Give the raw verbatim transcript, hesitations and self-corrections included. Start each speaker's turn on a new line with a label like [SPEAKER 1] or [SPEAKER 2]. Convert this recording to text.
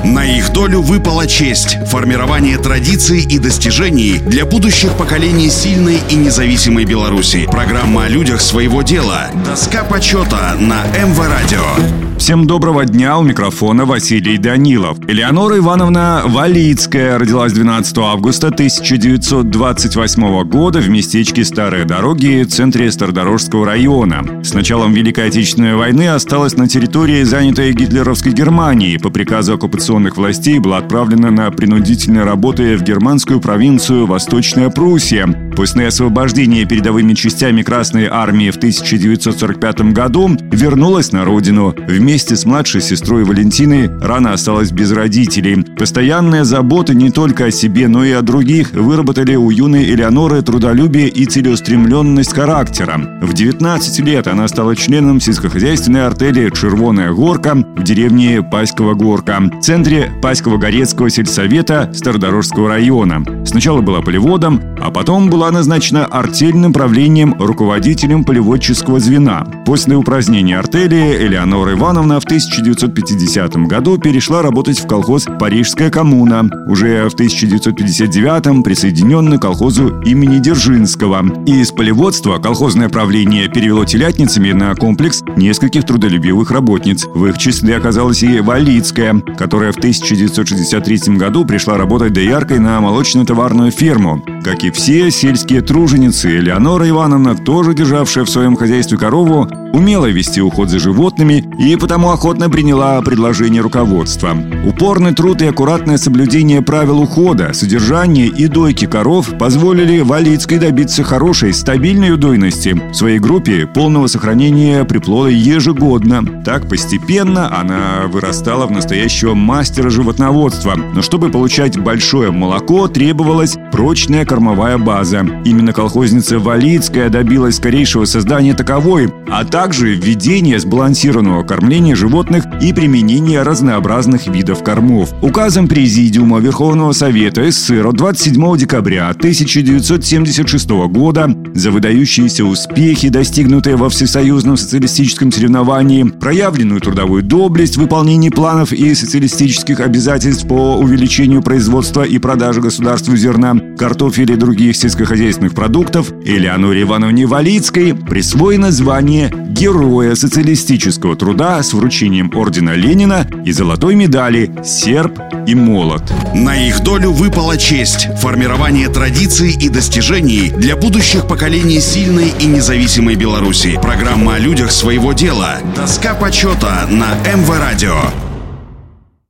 [SPEAKER 1] На их долю выпала честь – формирование традиций и достижений для будущих поколений сильной и независимой Беларуси. Программа о людях своего дела. Доска почета на эм вэ радио.
[SPEAKER 2] Всем доброго дня, у микрофона Василий Данилов. Элеонора Ивановна Валицкая родилась двенадцатого августа тысяча девятьсот двадцать восьмого года в местечке Старые Дороги, центре Стародорожского района. С началом Великой Отечественной войны осталась на территории, занятой гитлеровской Германией. По приказу оккупационных властей была отправлена на принудительные работы в германскую провинцию Восточная Пруссия. После освобождения передовыми частями Красной Армии в тысяча девятьсот сорок пятом году вернулась на родину. Вместе с младшей сестрой Валентиной рано осталась без родителей. Постоянная забота не только о себе, но и о других выработали у юной Элеоноры трудолюбие и целеустремленность характера. В девятнадцать лет она стала членом сельскохозяйственной артели «Червоная горка» в деревне Паськова Горка, в центре Паськово-Горецкого сельсовета Стародорожского района. Сначала была полеводом, а потом была назначена артельным правлением руководителем полеводческого звена. После упразднения артели Элеонора Ивановна в тысяча девятьсот пятидесятом году перешла работать в колхоз «Парижская коммуна», уже в тысяча девятьсот пятьдесят девятом присоединенный к колхозу имени Дзержинского. Из полеводства колхозное правление перевело телятницами на комплекс нескольких трудолюбивых работниц. В их числе оказалась и Валицкая, которая в тысяча девятьсот шестьдесят третьем году пришла работать дояркой на молочно-товарную ферму. Как и все сельские труженицы, Элеонора Ивановна, тоже державшая в своем хозяйстве корову, умела вести уход за животными и потому охотно приняла предложение руководства. Упорный труд и аккуратное соблюдение правил ухода, содержания и дойки коров позволили Валицкой добиться хорошей, стабильной удойности. В своей группе полного сохранения приплода ежегодно. Так постепенно она вырастала в настоящего мастера животноводства. Но чтобы получать большое молоко, требовалась прочная кормовая база. Именно колхозница Валицкая добилась скорейшего создания таковой, а также введения сбалансированного кормления животных и применения разнообразных видов кормов. Указом Президиума Верховного Совета СССР от двадцать седьмого декабря тысяча девятьсот семьдесят шестого года за выдающиеся успехи, достигнутые во всесоюзном социалистическом соревновании, проявленную трудовую доблесть в выполнении планов и социалистических обязательств по увеличению производства и продажи государству зерна, картофеля и других сельскохозяйственных продуктов, Элеоноре Ивановне Валицкой присвоено звание Героя социалистического труда с вручением ордена Ленина и золотой медали «Серп и молот».
[SPEAKER 1] На их долю выпала честь – формирование традиций и достижений для будущих поколений сильной и независимой Беларуси. Программа о людях своего дела. Доска почета на эм вэ радио.